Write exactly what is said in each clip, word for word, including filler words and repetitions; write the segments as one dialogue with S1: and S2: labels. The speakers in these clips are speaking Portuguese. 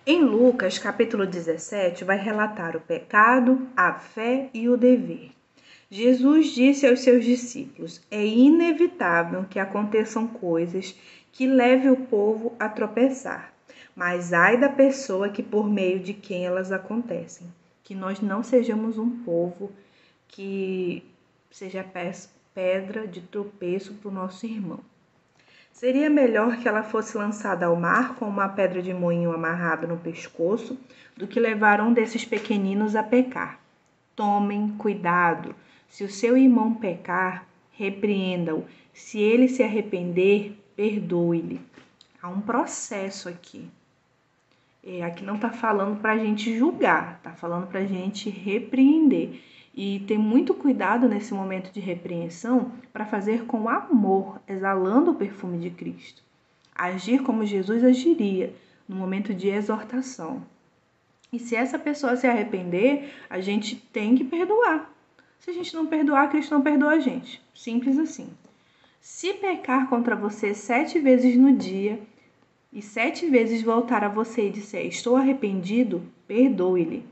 S1: Em Lucas, capítulo dezessete, vai relatar o pecado, a fé e o dever. Jesus disse aos seus discípulos: é inevitável que aconteçam coisas que levem o povo a tropeçar, mas ai da pessoa que por meio de quem elas acontecem. Que nós não sejamos um povo que seja pedra de tropeço para o nosso irmão. Seria melhor que ela fosse lançada ao mar com uma pedra de moinho amarrada no pescoço do que levar um desses pequeninos a pecar. Tomem cuidado. Se o seu irmão pecar, repreenda-o. Se ele se arrepender, perdoe-lhe. Há um processo aqui. É, aqui não está falando para a gente julgar, está falando para a gente repreender. E ter muito cuidado nesse momento de repreensão para fazer com amor, exalando o perfume de Cristo. Agir como Jesus agiria no momento de exortação. E se essa pessoa se arrepender, a gente tem que perdoar. Se a gente não perdoar, Cristo não perdoa a gente. Simples assim. Se pecar contra você sete vezes no dia e sete vezes voltar a você e disser, estou arrependido, perdoe-lhe.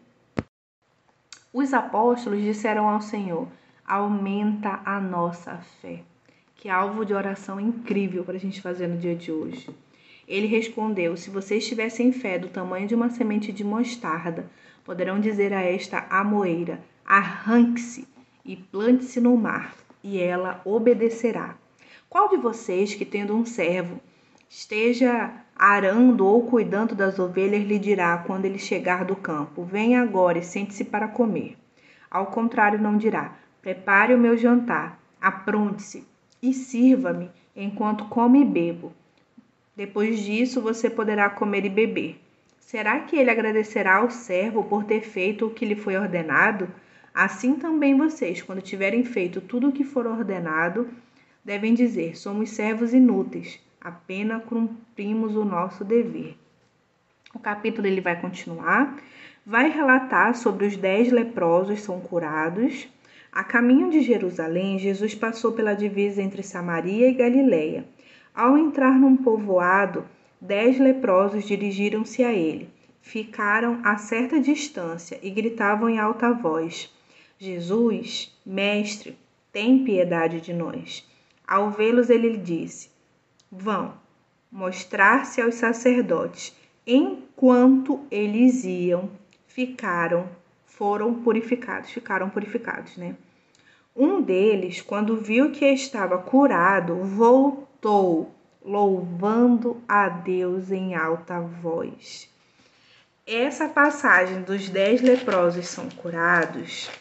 S1: Os apóstolos disseram ao Senhor, aumenta a nossa fé. Que alvo de oração incrível para a gente fazer no dia de hoje. Ele respondeu, se vocês tivessem fé do tamanho de uma semente de mostarda, poderão dizer a esta amoeira, arranque-se e plante-se no mar, e ela obedecerá. Qual de vocês que tendo um servo, esteja arando ou cuidando das ovelhas, lhe dirá quando ele chegar do campo, venha agora e sente-se para comer. Ao contrário, não dirá, prepare o meu jantar, apronte-se e sirva-me enquanto como e bebo. Depois disso, você poderá comer e beber. Será que ele agradecerá ao servo por ter feito o que lhe foi ordenado? Assim também vocês, quando tiverem feito tudo o que for ordenado, devem dizer, somos servos inúteis, apenas cumprimos o nosso dever. O capítulo ele vai continuar, vai relatar sobre os dez leprosos são curados. A caminho de Jerusalém, Jesus passou pela divisa entre Samaria e Galileia. Ao entrar num povoado, dez leprosos dirigiram-se a ele. Ficaram a certa distância e gritavam em alta voz, Jesus, mestre, tem piedade de nós. Ao vê-los, ele lhe disse, vão mostrar-se aos sacerdotes. Enquanto eles iam, ficaram, foram purificados, ficaram purificados, né? Um deles, quando viu que estava curado, voltou, louvando a Deus em alta voz. Essa passagem dos dez leprosos são curados,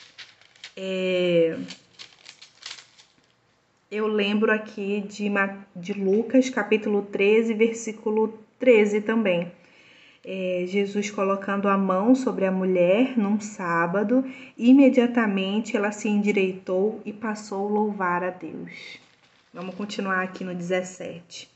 S1: é... eu lembro aqui de, de Lucas, capítulo treze, versículo treze também. É, Jesus colocando a mão sobre a mulher num sábado, imediatamente ela se endireitou e passou a louvar a Deus. Vamos continuar aqui no dezessete.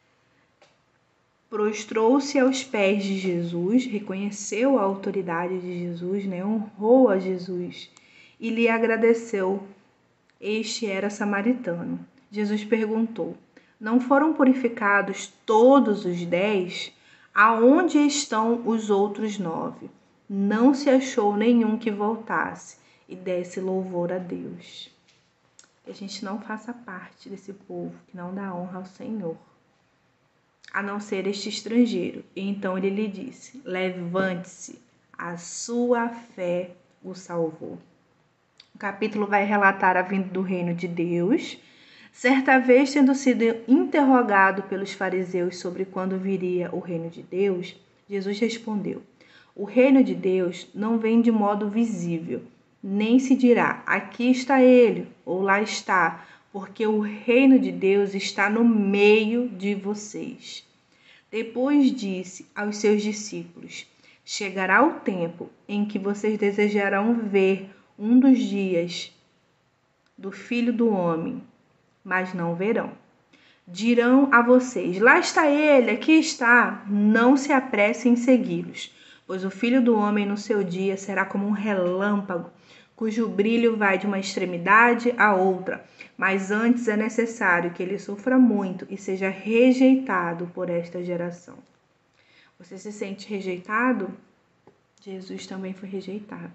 S1: Prostrou-se aos pés de Jesus, reconheceu a autoridade de Jesus, né? Honrou a Jesus e lhe agradeceu. Este era samaritano. Jesus perguntou, não foram purificados todos os dez? Aonde estão os outros nove? Não se achou nenhum que voltasse e desse louvor a Deus. Que a gente não faça parte desse povo que não dá honra ao Senhor, a não ser este estrangeiro. E então ele lhe disse, levante-se, a sua fé o salvou. O capítulo vai relatar a vinda do reino de Deus. Certa vez, tendo sido interrogado pelos fariseus sobre quando viria o reino de Deus, Jesus respondeu, o reino de Deus não vem de modo visível, nem se dirá, aqui está ele, ou lá está, porque o reino de Deus está no meio de vocês. Depois disse aos seus discípulos, chegará o tempo em que vocês desejarão ver um dos dias do Filho do Homem, mas não verão. Dirão a vocês, lá está ele, aqui está. Não se apressem em segui-los, pois o Filho do Homem no seu dia será como um relâmpago, cujo brilho vai de uma extremidade à outra. Mas antes é necessário que ele sofra muito e seja rejeitado por esta geração. Você se sente rejeitado? Jesus também foi rejeitado.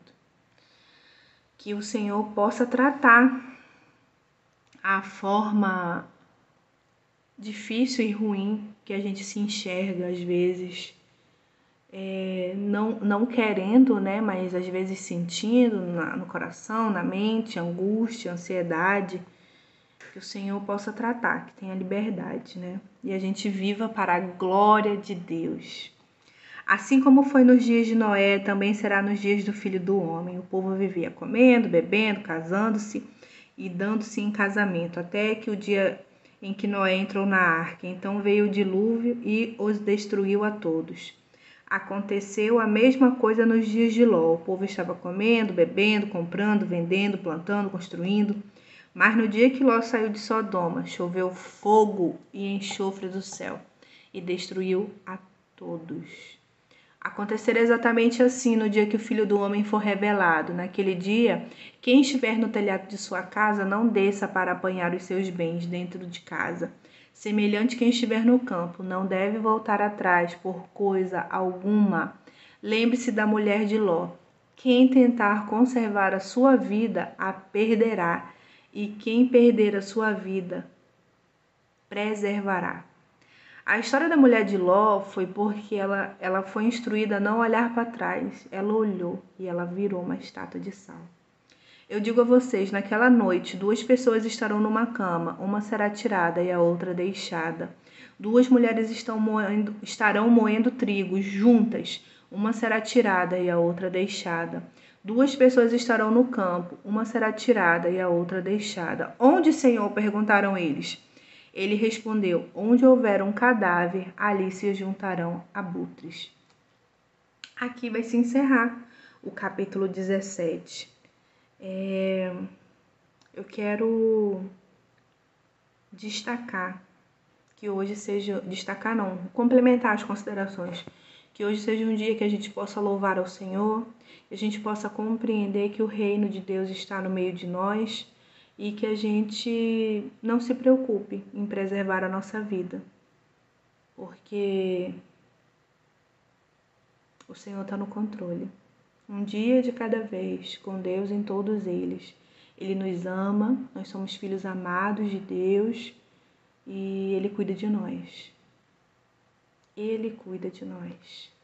S1: Que o Senhor possa tratar a forma difícil e ruim que a gente se enxerga às vezes, é, não, não querendo, né, mas às vezes sentindo na, no coração, na mente, angústia, ansiedade, que o Senhor possa tratar, que tenha liberdade, né, e a gente viva para a glória de Deus. Assim como foi nos dias de Noé, também será nos dias do Filho do Homem. O povo vivia comendo, bebendo, casando-se e dando-se em casamento, até que o dia em que Noé entrou na arca. Então veio o dilúvio e os destruiu a todos. Aconteceu a mesma coisa nos dias de Ló. O povo estava comendo, bebendo, comprando, vendendo, plantando, construindo. Mas no dia que Ló saiu de Sodoma, choveu fogo e enxofre do céu e destruiu a todos. Acontecerá exatamente assim no dia que o Filho do Homem for revelado. Naquele dia, quem estiver no telhado de sua casa, não desça para apanhar os seus bens dentro de casa. Semelhante quem estiver no campo, não deve voltar atrás por coisa alguma. Lembre-se da mulher de Ló. Quem tentar conservar a sua vida, a perderá, e quem perder a sua vida, preservará. A história da mulher de Ló foi porque ela, ela foi instruída a não olhar para trás. Ela olhou e ela virou uma estátua de sal. Eu digo a vocês, naquela noite, duas pessoas estarão numa cama, uma será tirada e a outra deixada. Duas mulheres estão moendo, estarão moendo trigo juntas, uma será tirada e a outra deixada. Duas pessoas estarão no campo, uma será tirada e a outra deixada. Onde, Senhor? Perguntaram eles. Ele respondeu: onde houver um cadáver, ali se juntarão abutres. Aqui vai se encerrar o capítulo dezessete. É, eu quero destacar que hoje seja, destacar não, complementar as considerações, que hoje seja um dia que a gente possa louvar ao Senhor, que a gente possa compreender que o reino de Deus está no meio de nós, e que a gente não se preocupe em preservar a nossa vida, porque o Senhor está no controle. Um dia de cada vez, com Deus em todos eles. Ele nos ama, nós somos filhos amados de Deus e Ele cuida de nós. Ele cuida de nós.